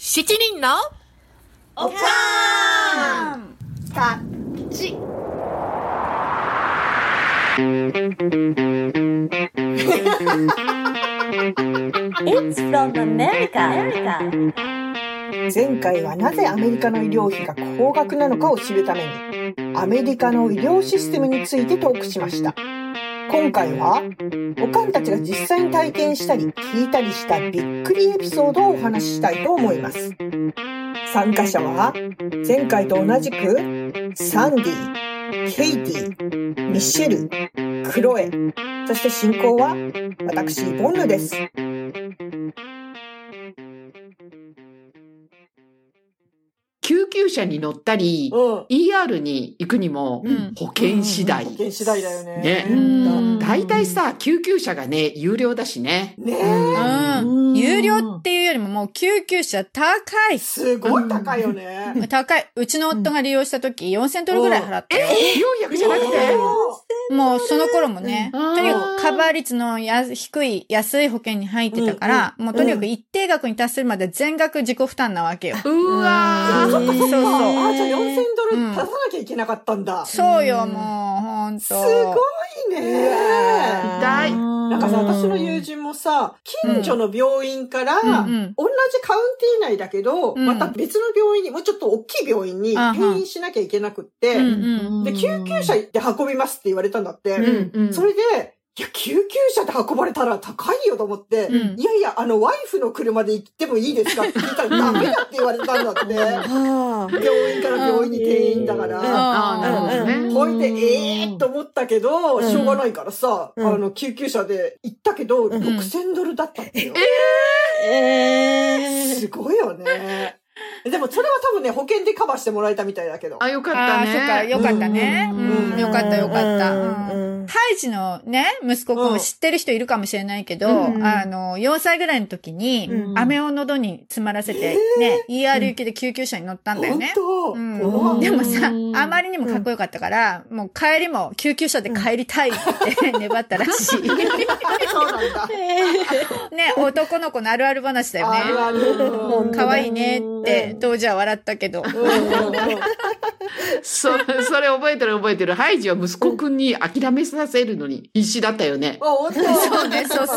七人のおかんタッチ。 It's from America. 前回はなぜアメリカの医療費が高額なのかを知るためにアメリカの医療システムについてトークしました。今回はおかんたちが実際に体験したり聞いたりしたびっくりエピソードをお話ししたいと思います。参加者は前回と同じくサンディ、ケイティ、ミシェル、クロエ、そして進行は私ボンヌです。 救急車に乗ったり、ER に行くにも、保険次第。 保険次第だよね。 ね。大体さ、救急車がね、有料だしね。 ねえ。有料っていうよりももう救急車高い。 すごい高いよね。 高い。うちの夫が利用した時$4000ぐらい払ったよ。 400じゃなくてもうその頃もね、とにかくカバー率の低い、安い保険に入ってたから、もうとにかく一定額に達するまで全額自己負担なわけよ。 うわー。 そうそう。 あ、 じゃあ$4000出さなきゃいけなかったんだ。 そうよ、もう、ほんと。 すごいね。 痛い。 なんかさ、私の友人もさ、近所の病院から、同じカウンティー内だけど、また別の病院に、もうちょっと大きい病院に転院しなきゃいけなくって、で、救急車で運びますって言われたんだって。それで、いや、救急車で運ばれたら高いよと思って、いやいや、ワイフの車で行ってもいいですかって聞いたらダメだって言われたんだって。病院から病院に転院だから。 なるほどね。 ほいで、と思ったけど、しょうがないからさ、救急車で行ったけど、$6000だったってよ。すごいよね。でもそれは多分ね、保険でカバーしてもらえたみたいだけど。 あ、よかったね。 そっか、よかったね。よかったよかった。ハイジのね、息子くん知ってる人いるかもしれないけど、4歳ぐらいの時に、飴を喉に詰まらせて、ね、ER 行きで救急車に乗ったんだよね。でもさ、あまりにもかっこよかったから、もう帰りも救急車で帰りたいって粘ったらしい。そうなんだ。 ね、男の子のあるある話だよね。可愛いねって当時は笑ったけど。 それ覚えてる。ハイジは息子くんに諦めさせるのに必死だったよね。 そうね、そう。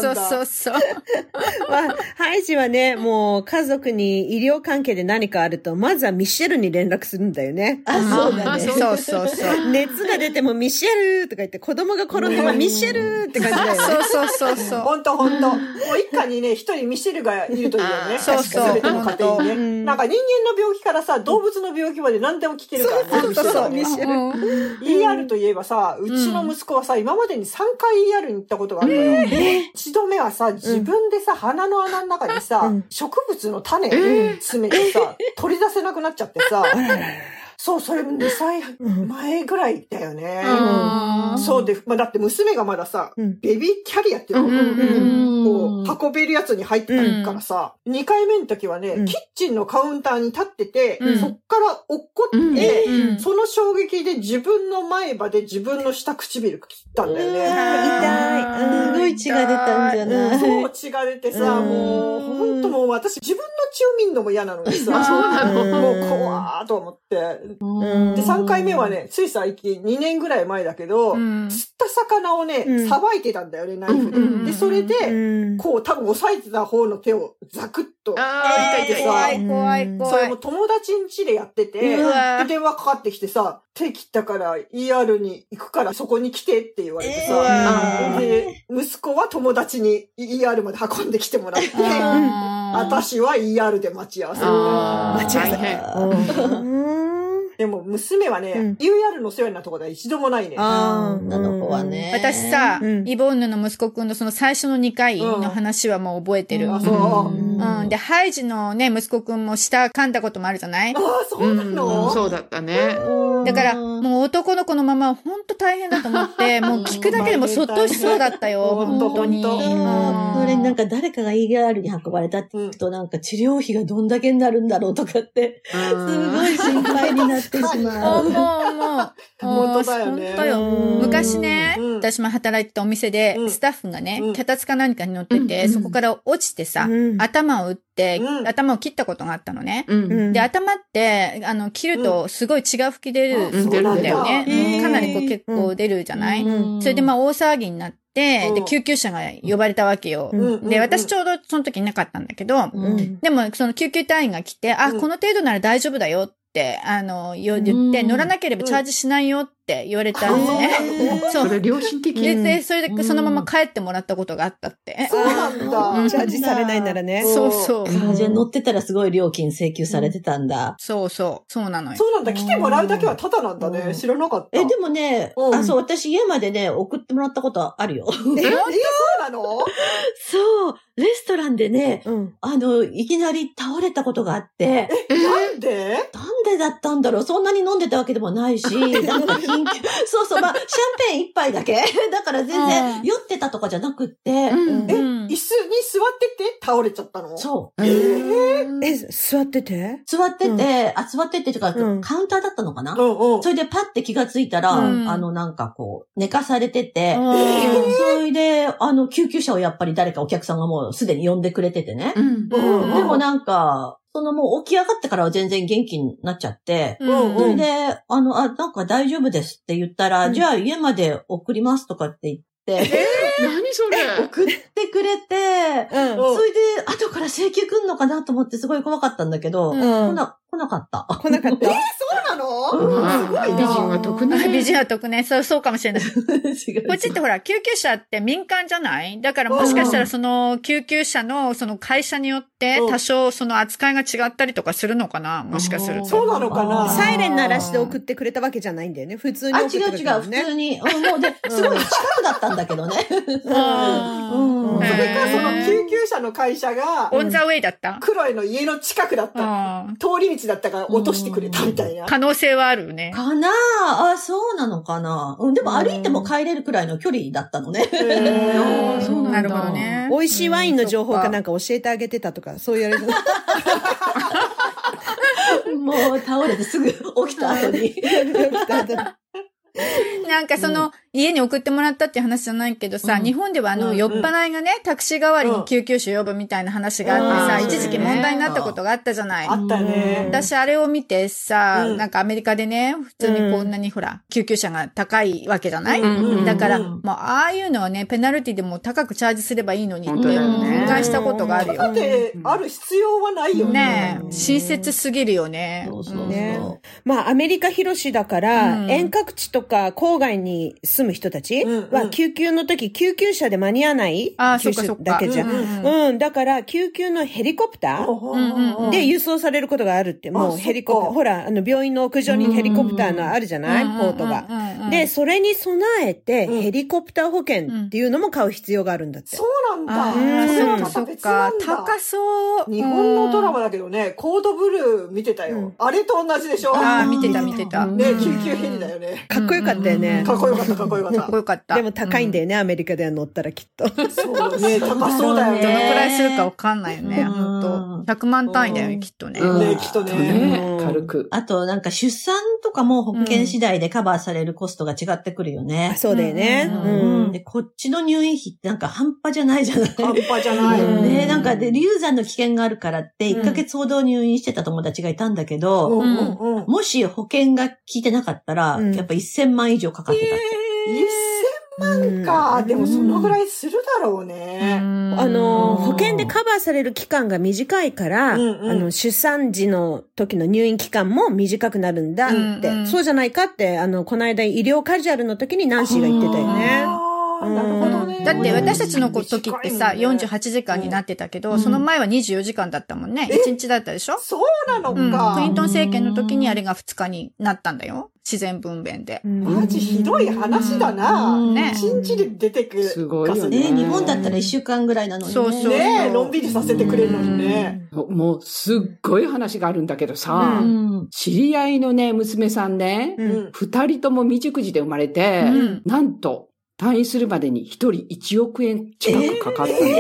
ハイジはね、もう家族に医療関係で何かあると、まずはミシェルに連絡するんだよね。 そうだね。そう。 熱が出てもミシェルとか言って、子供が転んでもミシェルって感じだよね。 そう。 ほんと。もう一家にね、一人ミシェルがいるといいよね。 そう。 全ての家庭にね。なんか人間の病気からさ、動物の病気まで何でも聞けるからね。 そう。 ミシェル。 ER といえばさ、うちの息子はさ、今までに3回 ER に行ったことがあるのよ。1度目はさ、自分でさ、鼻の穴の中にさ、植物の種詰めてさ、取り出せなくなっちゃってさ、そう、それ2歳前ぐらいだよね。そうで、だって娘がまださ、ベビーキャリアっていうのを運べるやつに入ってたからさ、2回目の時はね、キッチンのカウンターに立ってて、そっから落っこって、その衝撃で自分の前歯で自分の下唇切ったんだよね。 痛い。すごい血が出たんじゃない？ そう、血が出てさ、もう、ほんともう私自分の血を見んのも嫌なのにさ、 そうなの？ もう怖ーと思って。で、3回目はね、つい最近2年ぐらい前だけど、釣った魚をね、さばいてたんだよね、ナイフで。で、それで、こう、多分押さえてた方の手をザクッと痛いてさ、 怖い。 それも友達ん家でやってて、で、電話かかってきてさ、手切ったから ER に行くからそこに来てって言われてさ、で、息子は友達に ER まで運んできてもらって、私は ER で待ち合わせ。 大変。 でも娘はね、ER の世話になったことは一度もないね。 女の子はね。 私さ、イボンヌの息子くんのその最初の2回の話はもう覚えてる。で、ハイジのね、息子くんも舌噛んだこともあるじゃない？ そうなの？ そうだったね。 だから、もう男の子のままほんと大変だと思って、もう聞くだけでもそっとしそうだったよ、本当に。 それなんか誰かが ER に運ばれたって聞くとなんか治療費がどんだけになるんだろうとかって、すごい心配になってしまう。 もう。 本当だよね。 本当よ。昔ね、私も働いてたお店で、スタッフがね、脚立か何かに乗ってて、そこから落ちてさ、頭を打って、 て、頭を切ったことがあったのね。で、頭って、切るとすごい血が吹き出るんだよね。かなり結構出るじゃない？それで大騒ぎになって、で、救急車が呼ばれたわけよ。で、私ちょうどその時いなかったんだけど、でもその救急隊員が来て、この程度なら大丈夫だよって、言って、乗らなければチャージしないよって言われたんですね。 それ良心的。 で、それでそのまま帰ってもらったことがあったって。 そうなんだ。 チャージされないならね。 そう。 じゃあ乗ってたらすごい料金請求されてたんだ。 そうなのよ。 そうなんだ。来てもらうだけはタダなんだね。知らなかった。 でもね、そう、私家までね、送ってもらったことあるよ。 そうなの？ そう、レストランでね、いきなり倒れたことがあって。 なんでだったんだろう。そんなに飲んでたわけでもないし、なんかそう、シャンペーン一杯だけだから全然酔ってたとかじゃなくって、 椅子に座ってて倒れちゃったの？ そう。 座ってて座っててとか、カウンターだったのかな？それでパッて気がついたら、なんかこう、寝かされてて、それで、救急車をやっぱり誰かお客さんがもうすでに呼んでくれててね。でもなんか、もう起き上がってからは全然元気になっちゃって、それで、なんか大丈夫ですって言ったら、じゃあ家まで送りますとかって言って、 何それ送ってくれて、それで後から請求来んのかなと思ってすごい怖かったんだけど、来なかった。 そうなの？すごい美人は得ね。 美人は得ね。そうかもしれない。こっちってほら、救急車って民間じゃない？だからもしかしたらその救急車のその会社によって多少その扱いが違ったりとかするのかな？もしかすると。 そうなのかな？ サイレン鳴らして送ってくれたわけじゃないんだよね。普通に送ってくれたのね。 違う。普通に。もうで、すごい近くだったんだけどね。それかその救急車の会社が、 オンザウェイだった？ クロエの家の近くだった。通り道だったから落としてくれたみたいな。 可能性はあるね。 かなあ、そうなのかな。でも歩いても帰れるくらいの距離だったのね。 そうなるほどね。 美味しいワインの情報かなんか教えてあげてたとか、そう言われる。 もう倒れてすぐ起きた後に。 なんか家に送ってもらったっていう話じゃないけどさ、日本では酔っ払いがね、タクシー代わりに救急車呼ぶみたいな話があってさ、一時期問題になったことがあったじゃない。 あったね。 私あれを見てさ、なんかアメリカでね、普通にこんなにほら、救急車が高いわけじゃない？だから、もうああいうのはね、ペナルティでも高くチャージすればいいのにって憤慨したことがあるよ。 だって、ある必要はないよね。ねえ、親切すぎるよね。 まあ、アメリカ広しだから、遠隔地とか郊外に住む人たちは救急の時、救急車で間に合わない救急だけじゃん。だから救急のヘリコプターで輸送されることがあるって、もうヘリコプター、ほら、病院の屋上にヘリコプターのあるじゃない？ポートが。で、それに備えて、ヘリコプター保険っていうのも買う必要があるんだって。 そうなんだ。 そっか、高そう。 日本のドラマだけどね、コードブルー見てたよ。あれと同じでしょ？ 見てた。 ね、救急ヘリだよね。 かっこよかったよね。 かっこよかった。 でも高いんだよね、アメリカでは乗ったらきっと。 そうね、高そうだよね。 どのくらいするかわかんないよね、本当100万単位だよね、きっとね。 ね、きっとね。 軽く。 あと、なんか出産とかも保険次第でカバーされるコストが違ってくるよね。 そうだよね。 で、こっちの入院費ってなんか半端じゃないじゃない？ 半端じゃない。 ね、なんかで、流産の危険があるからって、1ヶ月ほど入院してた友達がいたんだけど、もし保険が効いてなかったら、やっぱ1000万以上かかってたって。 1000万か。でもそのぐらいするだろうね。 保険でカバーされる期間が短いから、出産時の時の入院期間も短くなるんだって。そうじゃないかって、この間医療カジュアルの時にナンシーが言ってたよね。 なるほどね。 だって私たちの時ってさ、48時間になってたけど、その前は24時間だったもんね。1日だったでしょ？ そうなのか。 クリントン政権の時にあれが2日になったんだよ。自然分娩で。 マジひどい話だな。 ね。 1日で出てくる。 すごいよね。 日本だったら1週間ぐらいなのにね。 そうそう。 ね、のんびりさせてくれるのにね。 もうすっごい話があるんだけどさ、知り合いのね、娘さんね、2人とも未熟児で生まれて、なんと、 退院するまでに1人1億円近くかかったんだって。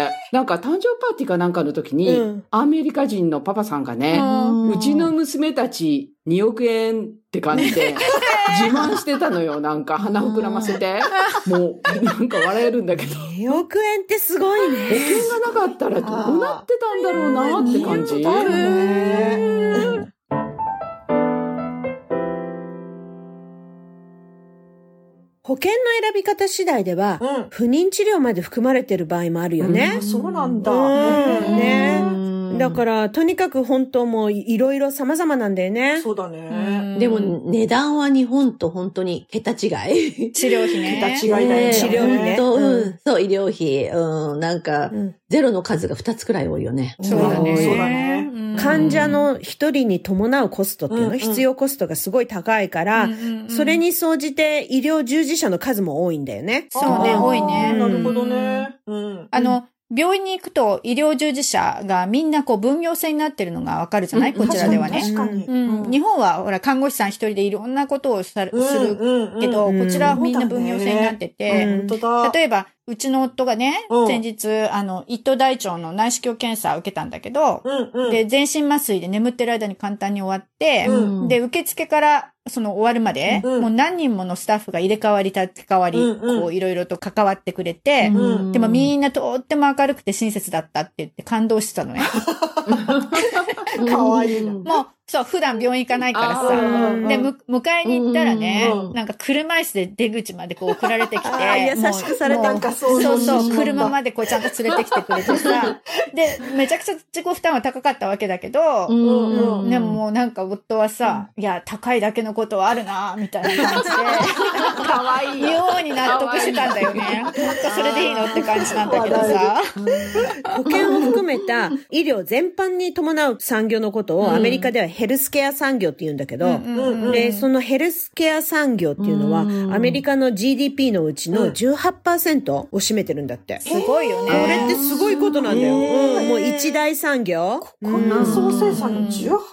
なんか誕生パーティーかなんかの時に、アメリカ人のパパさんがね、うちの娘たち2億円って感じで自慢してたのよ。なんか鼻膨らませて。もうなんか笑えるんだけど。 2億円ってすごいね。 保険がなかったらどうなってたんだろうなって感じ。 保険の選び方次第では、不妊治療まで含まれてる場合もあるよね。 そうなんだ。 ね。だから、とにかく本当もういろいろ様々なんだよね。 そうだね。 でも値段は日本と本当に桁違い。 治療費ね。 桁違いだよね。 治療費ね。 そう、医療費。なんか、ゼロの数が2つくらい多いよね。 そうだね。 そうだね。 患者の一人に伴うコストっていうの、必要コストがすごい高いから、それに総じて医療従事者の数も多いんだよね。 そうね、多いね。 なるほどね。 病院に行くと医療従事者がみんなこう分業制になってるのがわかるじゃない、こちらではね。 確かに。 日本はほら看護師さん一人でいろんなことをするけど、こちらはみんな分業制になってて、例えば、うちの夫がね、先日、一等大腸の内視鏡検査を受けたんだけど、で、全身麻酔で眠ってる間に簡単に終わって、で、受付から終わるまで、もう何人ものスタッフが入れ替わり立て替わり、こういろいろと関わってくれて、でもみんなとっても明るくて親切だったって言って感動してたのね。 かわいいな。 もう、そう、普段病院行かないからさ。で、迎えに行ったらね、なんか車椅子で出口までこう送られてきて。 優しくされたんか、 そう、車までこうちゃんと連れてきてくれてさ。で、めちゃくちゃ自己負担は高かったわけだけど、でももうなんか夫はさ、いや、高いだけのことはあるな、みたいな感じで、かわいい。ように納得してたんだよね。本当それでいいのって感じなんだけどさ。 保険を含めた医療全般に伴う産業のことをアメリカではヘルスケア産業って言うんだけど、で、そのヘルスケア産業っていうのは、アメリカの GDP のうちの 18% を占めてるんだって。 すごいよね。 これってすごいことなんだよ。もう一大産業。 国内総生産の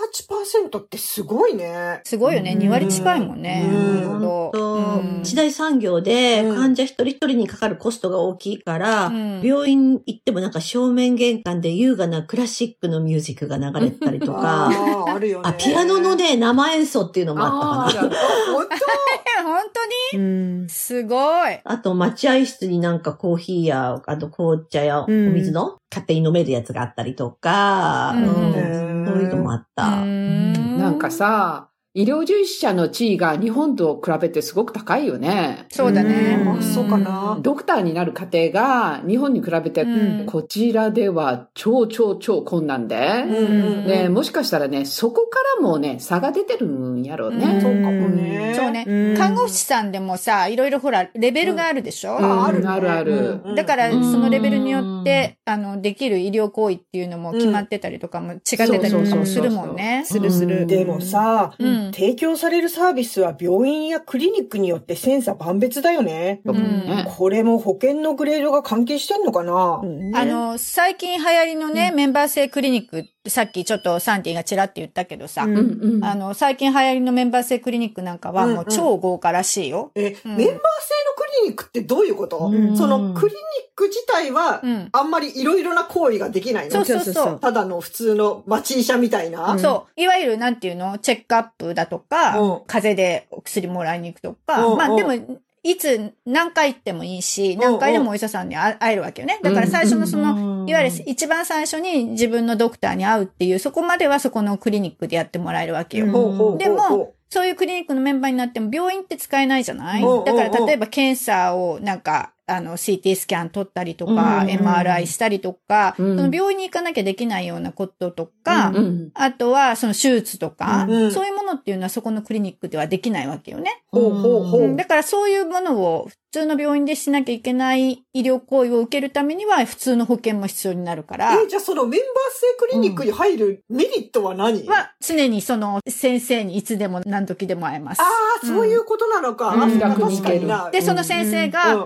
18% ってすごいね。 すごいよね。2割近いもんね。 一大産業で患者一人一人にかかるコストが大きいから、病院行ってもなんか正面玄関で優雅なクラシックのミュージックが流れたりとか、 あるよね。 ピアノのね、生演奏っていうのもあったかな。 本当にすごい。 あと、待合室になんかコーヒーや、あと紅茶やお水の勝手に飲めるやつがあったりとか、そういうのもあった。 なんかさ、医療従事者の地位が日本と比べてすごく高いよね。 そうだね。 そうかな。 ドクターになる過程が日本に比べて、こちらでは超困難で、で、もしかしたらね、そこからもね、差が出てるんやろうね。 そうかもね。 そうね。看護師さんでもさ、いろいろほら、レベルがあるでしょ？ ある。 だから、そのレベルによって、できる医療行為っていうのも決まってたりとかも違ってたりとかもするもんね。 する。 でもさ、提供されるサービスは病院やクリニックによって千差万別だよね。これも保険のグレードが関係してんのかな？ 最近流行りのね、メンバー制クリニック、さっきちょっとサンティがチラって言ったけどさ、最近流行りのメンバー制クリニックなんかはもう超豪華らしいよ。 メンバー制のクリニックってどういうこと？そのクリニック自体は、あんまりいろいろな行為ができないの？ そう。 ただの普通の町医者みたいな。 そう。いわゆるなんていうの？チェックアップだとか、風邪でお薬もらいに行くとか、でも、いつ何回行ってもいいし、何回でもお医者さんに会えるわけよね。だから最初のいわゆる一番最初に自分のドクターに会うっていう、そこまではそこのクリニックでやってもらえるわけよ。でも、そういうクリニックのメンバーになっても病院って使えないじゃない？だから例えば検査をなんか、CT スキャン取ったりとか、MRI したりとか、その病院に行かなきゃできないようなこととか、あとはその手術とか、そういうものっていうのはそこのクリニックではできないわけよね。だからそういうものを普通の病院でしなきゃいけない医療行為を受けるためには普通の保険も必要になるから。 じゃあそのメンバー制クリニックに入るメリットは何？ 常にその先生にいつでも何時でも会えます。 そういうことなのか。 楽に行ける。 で、その先生が、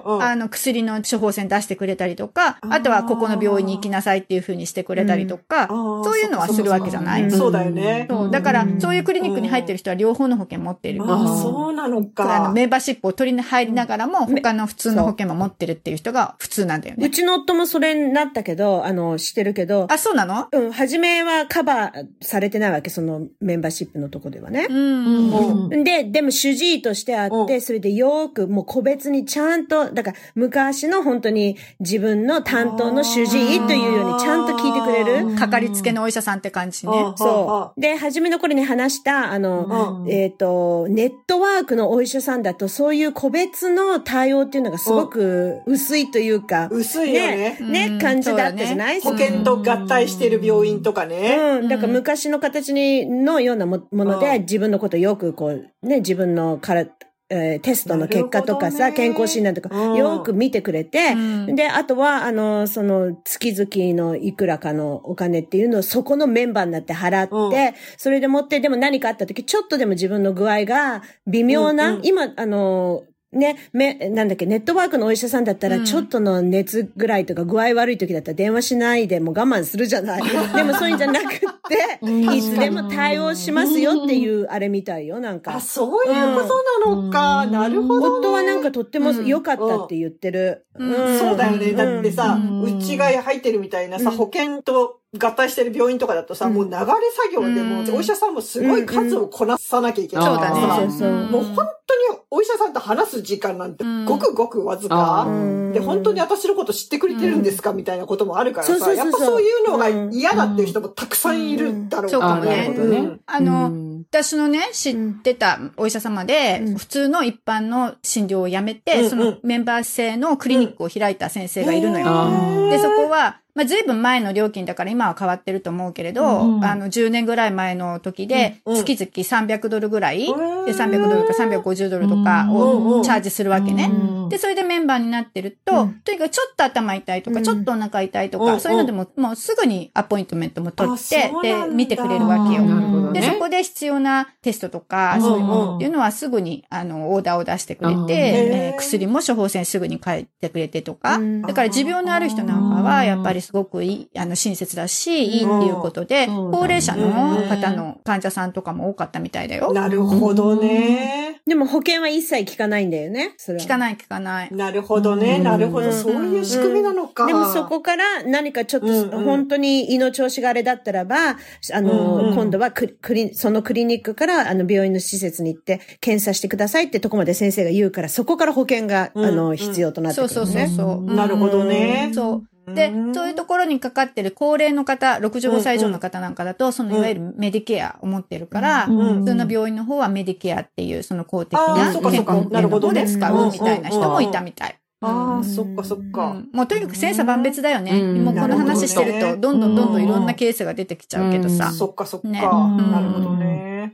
薬の処方箋出してくれたりとか、あとはここの病院に行きなさいっていう風にしてくれたりとか、そういうのはするわけじゃない？ そうだよね。 そう。だから、そういうクリニックに入ってる人は両方の保険持ってる。 そうなのか。 メンバーシップを取りに入りながらも、他の普通の保険も持ってるっていう人が普通なんだよね。 うちの夫もそれになったけど、してるけど。 あ、そうなの？ うん、初めはカバーされてないわけ、そのメンバーシップのとこではね。でも主治医としてあって、それでよくもう個別にちゃんと、だから昔の本当に自分の担当の主治医というようにちゃんと聞いてくれる。 かかりつけのお医者さんって感じね。 そう。で、初めの頃に話した、ネットワークのお医者さんだと、そういう個別の対応っていうのがすごく薄いというか。 薄いよね。 ね、感じだったじゃない？ 保険と合体してる病院とかね。 だから昔の形のようなもので、自分のことよくこう、ね、自分のテストの結果とかさ、健康診断とか、よく見てくれて、で、あとは、その、月々のいくらかのお金っていうのをそこのメンバーになって払って、それでもって、でも何かあった時、ちょっとでも自分の具合が微妙な、今、ね、なんだっけ、ネットワークのお医者さんだったら、ちょっとの熱ぐらいとか具合悪い時だったら電話しないでもう我慢するじゃない。でもそういうんじゃなくって、いつでも対応しますよっていうあれみたいよ、なんか。 あ、そういうことなのか。なるほど、ね。 夫はなんかとっても良かったって言ってる。 そうだよね。だってさ、うちが入ってるみたいなさ、保険と合体してる病院とかだとさ、もう流れ作業でもお医者さんもすごい数をこなさなきゃいけない。 そうだね。 もう本当にお医者さんと話す時間なんてごくごくわずか。で、本当に私のこと知ってくれてるんですかみたいなこともあるからさ、やっぱそういうのが嫌だっていう人もたくさんいるだろうそうかもね。 私のね、知ってたお医者様で、普通の一般の診療をやめて、そのメンバー制のクリニックを開いた先生がいるのよ。で、そこは、ずいぶん前の料金だから今は変わってると思うけれど、10年ぐらい前の時で、月々$300ぐらい、で、$300か$350とかをチャージするわけね。で、それでメンバーになってると、とにかくちょっと頭痛いとか、ちょっとお腹痛いとか、そういうのでも、もうすぐにアポイントメントも取って、で、見てくれるわけよ。で、そこで必要なテストとか、そういうものっていうのはすぐに、オーダーを出してくれて、薬も処方箋すぐに書いてくれてとか、だから持病のある人なんかは、やっぱりすごくいい、親切だし、いいっていうことで、高齢者の方の患者さんとかも多かったみたいだよ。 なるほどね。 でも保険は一切効かないんだよね、それは。 効かない。 なるほどね。なるほど。そういう仕組みなのか。 でもそこから何かちょっと、本当に胃の調子があれだったらば、今度はそのクリニックから病院の施設に行って検査してくださいってとこまで先生が言うから、そこから保険が必要となってくるね。 そう。 なるほどね。 そう。で、そういうところにかかってる高齢の方、65歳以上の方なんかだと、そのいわゆるメディケアを持ってるから、普通の病院の方はメディケアっていう、その公的な健康保険の方で使うみたいな人もいたみたい。 ああ、そっかそっか。 もうとにかく千差万別だよね。もうこの話してると、どんどんいろんなケースが出てきちゃうけどさ。 そっかそっか。なるほどね。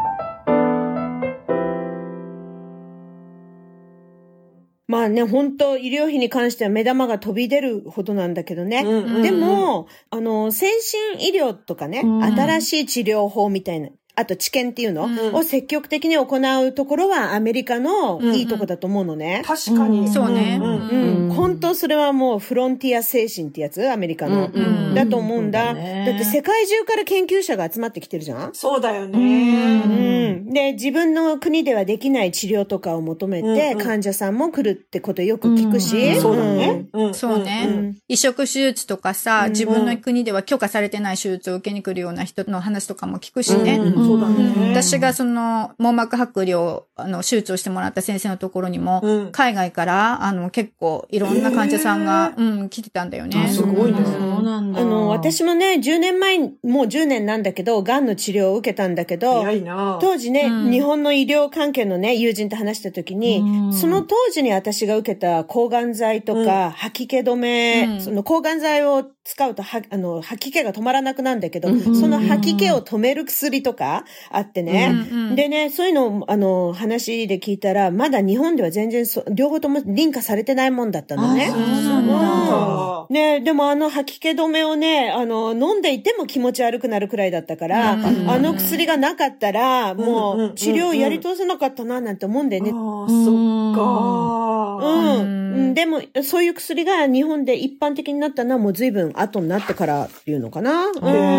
まあね、本当医療費に関しては目玉が飛び出るほどなんだけどね。でも、先進医療とかね、新しい治療法みたいな、あと治験っていうのを積極的に行うところはアメリカのいいとこだと思うのね。 確かに。 そうね。 本当それはもうフロンティア精神ってやつアメリカの。だと思うんだ。だって世界中から研究者が集まってきてるじゃん？ そうだよね。 で、自分の国ではできない治療とかを求めて患者さんも来るってことよく聞くし。 そうだね。 そうね。移植手術とかさ、自分の国では許可されてない手術を受けに来るような人の話とかも聞くしね。 そうだね。 私がその網膜剥離を手術をしてもらった先生のところにも、海外から結構いろんな患者さんが来てたんだよね。 すごいね。 そうなんだ。 私もね、10年前、もう10年なんだけど、癌の治療を受けたんだけど、当時ね、日本の医療関係のね、友人と話した時に、その当時に私が受けた抗がん剤とか、吐き気止め、その抗がん剤を使うと吐き気が止まらなくなるんだけど、その吐き気を止める薬とかあってね。でね、そういうのを、話で聞いたら、まだ日本では全然両方とも認可されてないもんだったのね。 そうなんだ。 ね、でも吐き気止めをね、飲んでいても気持ち悪くなるくらいだったから、薬がなかったら、もう治療やり通せなかったな、なんて思うんだよね。 そっか。 でも、そういう薬が日本で一般的になったのはもう随分後になってからっていうのかな。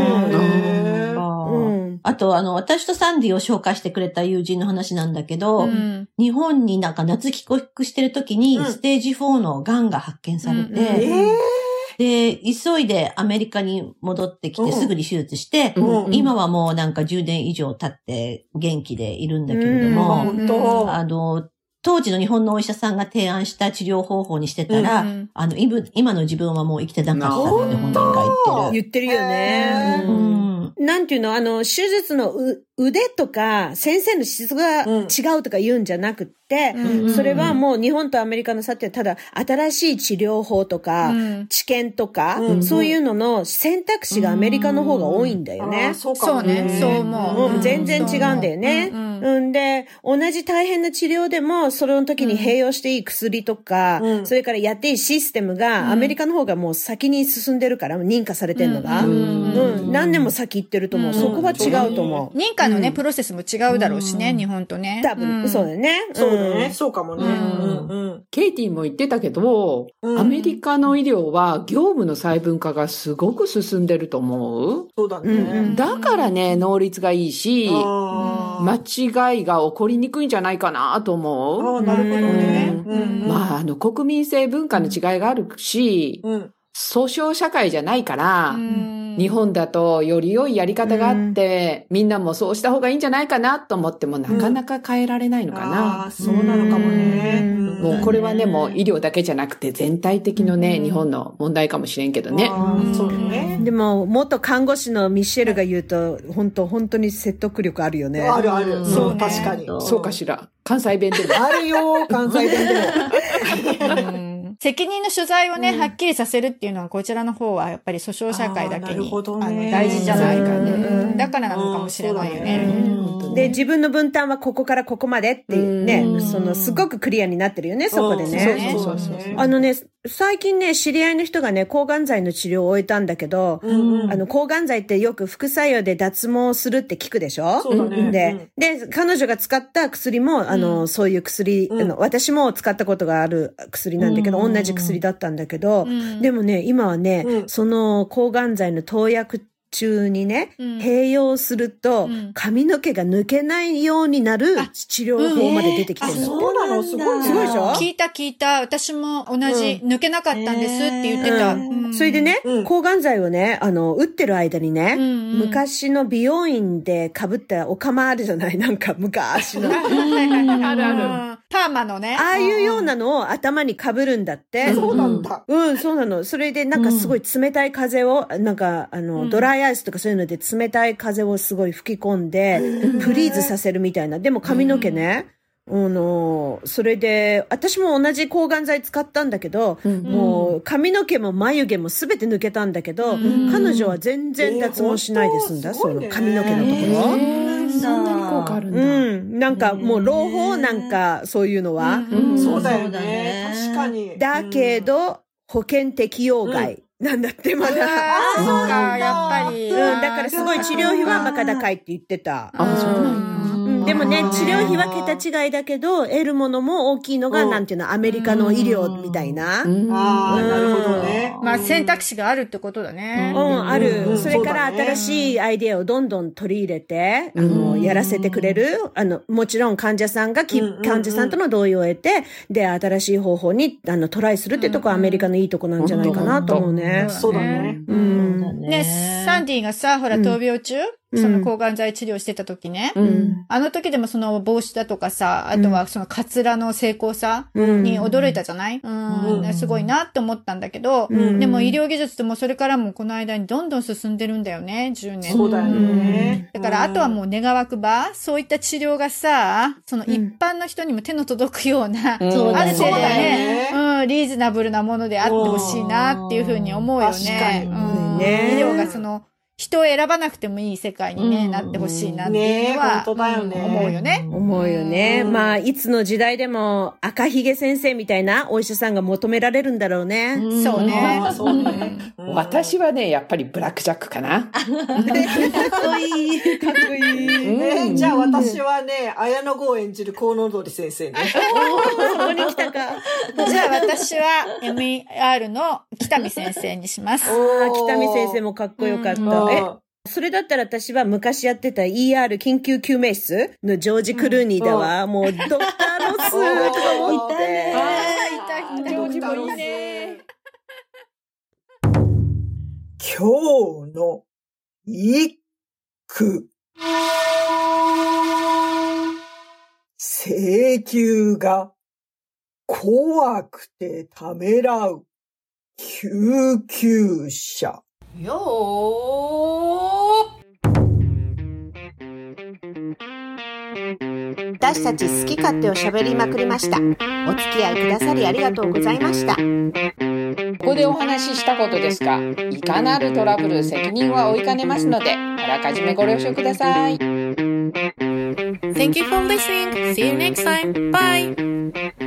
あと、私とサンディを紹介してくれた友人の話なんだけど、日本になんか夏帰国してる時に、ステージ4の癌が発見されて、で、急いでアメリカに戻ってきてすぐに手術して、今はもうなんか10年以上経って元気でいるんだけれども、当時の日本のお医者さんが提案した治療方法にしてたら、今の自分はもう生きてなかったって本人が言ってるよね。なんていうの、手術の腕とか先生の質が違うとか言うんじゃなくって、それはもう日本とアメリカの差ってただ新しい治療法とか、治験とか、そういうのの選択肢がアメリカの方が多いんだよね。 そうね、そう思う。 全然違うんだよね。で、同じ大変な治療でも、その時に併用していい薬とか、それからやっていいシステムが、アメリカの方がもう先に進んでるから、認可されてんのが。何年も先行ってると思う。そこは違うと思う。 認可のね、プロセスも違うだろうしね、日本とね。 多分、そうだよね。 そうだね。そうかもね。 ケイティも言ってたけど、アメリカの医療は業務の細分化がすごく進んでると思う。 そうだね。 だからね、能率がいいし、間違いが起こりにくいんじゃないかなと思う。 なるほどね。 まあ、国民性文化の違いがあるし、訴訟社会じゃないから、日本だとより良いやり方があって、みんなもそうした方がいいんじゃないかなと思ってもなかなか変えられないのかな。 そうなのかもね。 もうこれはね、もう医療だけじゃなくて全体的のね、日本の問題かもしれんけどね。 そうね。 でも、元看護師のミシェルが言うと、本当に説得力あるよね。 あるある。そう、確かに。 そうかしら。関西弁でも。 あるよ、関西弁でも。 責任の所在をね、はっきりさせるっていうのは、こちらの方はやっぱり訴訟社会だけに、大事じゃないかね。だからなのかもしれないよね。 で、自分の分担はここからここまでっていうね、すごくクリアになってるよね、そこでね。最近ね、知り合いの人がね、抗がん剤の治療を終えたんだけど、抗がん剤ってよく副作用で脱毛するって聞くでしょ？ そうだね。 で、彼女が使った薬も、そういう薬、私も使ったことがある薬なんだけど、同じ薬だったんだけど、でもね、今はね、その抗がん剤の投薬中にね、併用すると、髪の毛が抜けないようになる治療法まで出てきてるんだ。 そうなの？すごい。 すごいでしょ？ 聞いた。私も同じ、抜けなかったんですって言ってた。 それでね、抗がん剤をね、打ってる間にね、昔の美容院で被ったお釜あるじゃない？なんか昔の。 あるある。パーマのね。 ああいうようなのを頭に被るんだって。 そうなんだ。 そうなの。それでなんかすごい冷たい風を、なんかドライアイスとかそういうので冷たい風をすごい吹き込んで、フリーズさせるみたいな。でも髪の毛ね、それで、私も同じ抗がん剤使ったんだけど、もう髪の毛も眉毛もすべて抜けたんだけど、彼女は全然脱毛しないで済んだ、その髪の毛のところ。 そんなに効果あるんだ。 なんかもう朗報なんかそういうのは。 そうだよね。確かに。 だけど、保険適用外。なんだってまだ。 そうか、やっぱり。 だからすごい治療費はバカ高いって言ってた。 そうなんだ。 でもね、治療費は桁違いだけど、得るものも大きいのが、なんていうの、アメリカの医療みたいな。 なるほどね。 まあ選択肢があるってことだね。 ある。それから新しいアイデアをどんどん取り入れて、やらせてくれる。もちろん患者さんが、患者さんとの同意を得て、で、新しい方法に、トライするってとこはアメリカのいいとこなんじゃないかなと思うね。 そうだね。 ね、サンディがさ、ほら、闘病中その抗がん剤治療してた時ね。あの時でもその帽子だとかさ、あとはそのカツラの精巧さに驚いたじゃない？すごいなって思ったんだけど、でも医療技術ってもそれからもこの間にどんどん進んでるんだよね、10年。 そうだよね。 だからあとはもう願わくば、そういった治療がさ、その一般の人にも手の届くような、ある程度ね、リーズナブルなものであってほしいなっていうふうに思うよね。 確かに医療がその、人を選ばなくてもいい世界にね、なってほしいなっていうのは、思うよね。 思うよね。まあ、いつの時代でも赤ひげ先生みたいなお医者さんが求められるんだろうね。 そうね。 そうね。 私はね、やっぱりブラックジャックかな。かっこいい。かっこいい。 じゃあ私はね、綾野剛を演じる河野鳥先生ね。 そこに来たか。 じゃあ私は MER の北見先生にします。 北見先生もかっこよかった。それだったら私は昔やってた ER 緊急救命室のジョージ・クルーニーだわ。もうドクターロスとか思って。 いた、ジョージもいいね。 今日の一句。請求が怖くてためらう救急車。 よー。 私たち好き勝手を喋りまくりました。お付き合いくださりありがとうございました。 ここでお話ししたことですが、いかなるトラブル責任は負いかねますので、あらかじめご了承ください。 Thank you for listening. See you next time. Bye.